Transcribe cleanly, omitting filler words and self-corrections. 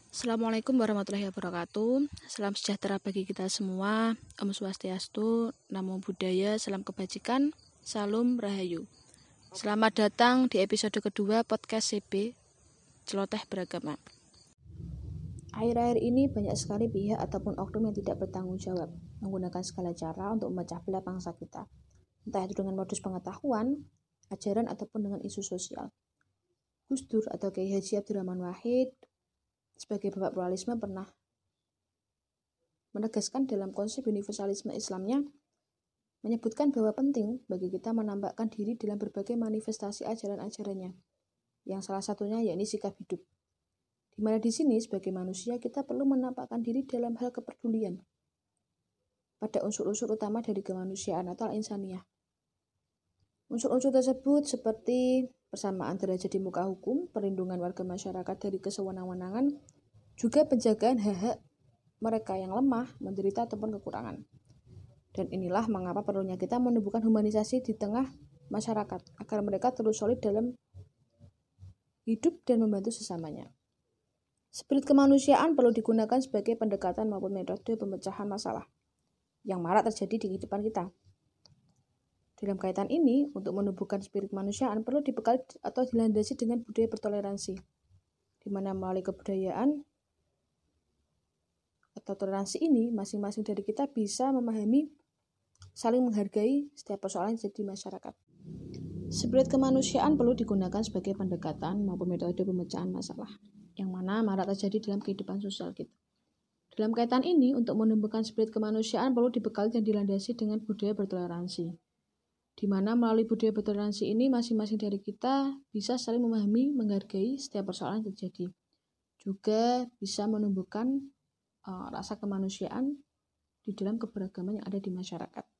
Assalamualaikum warahmatullahi wabarakatuh. Salam sejahtera bagi kita semua. Om Swastiastu, Namo Buddhaya, salam kebajikan, salam rahayu. Selamat datang di episode kedua podcast CB Celoteh Beragama. Akhir-akhir ini banyak sekali pihak ataupun oknum yang tidak bertanggung jawab menggunakan segala cara untuk memecah belah bangsa kita. Entah itu dengan modus pengetahuan, ajaran ataupun dengan isu sosial. Gus Dur atau Kiai Haji Abdurrahman Wahid sebagai bapak pluralisme pernah menegaskan dalam konsep universalisme Islamnya, menyebutkan bahwa penting bagi kita menampakkan diri dalam berbagai manifestasi ajaran-ajarannya, yang salah satunya yakni sikap hidup. Di mana di sini sebagai manusia kita perlu menampakkan diri dalam hal kepedulian pada unsur-unsur utama dari kemanusiaan atau al-insaniyah. Unsur-unsur tersebut seperti persamaan derajat di muka hukum, perlindungan warga masyarakat dari kesewenang-wenangan, juga penjagaan hak-hak mereka yang lemah, menderita ataupun kekurangan. Dan inilah mengapa perlunya kita menumbuhkan humanisasi di tengah masyarakat, agar mereka terus solid dalam hidup dan membantu sesamanya. Spirit kemanusiaan perlu digunakan sebagai pendekatan maupun metode pemecahan masalah yang marak terjadi di kehidupan kita. Dalam kaitan ini, untuk menumbuhkan spirit kemanusiaan perlu dibekali atau dilandasi dengan budaya bertoleransi, di mana melalui kebudayaan atau toleransi ini, masing-masing dari kita bisa memahami, saling menghargai setiap persoalan yang terjadi di masyarakat. Spirit kemanusiaan perlu digunakan sebagai pendekatan maupun metode pemecahan masalah, yang mana marak terjadi dalam kehidupan sosial kita. Dalam kaitan ini, untuk menumbuhkan spirit kemanusiaan perlu dibekali dan dilandasi dengan budaya bertoleransi, di mana melalui budaya bertoleransi ini masing-masing dari kita bisa saling memahami, menghargai setiap persoalan yang terjadi. Juga bisa menumbuhkan rasa kemanusiaan di dalam keberagaman yang ada di masyarakat.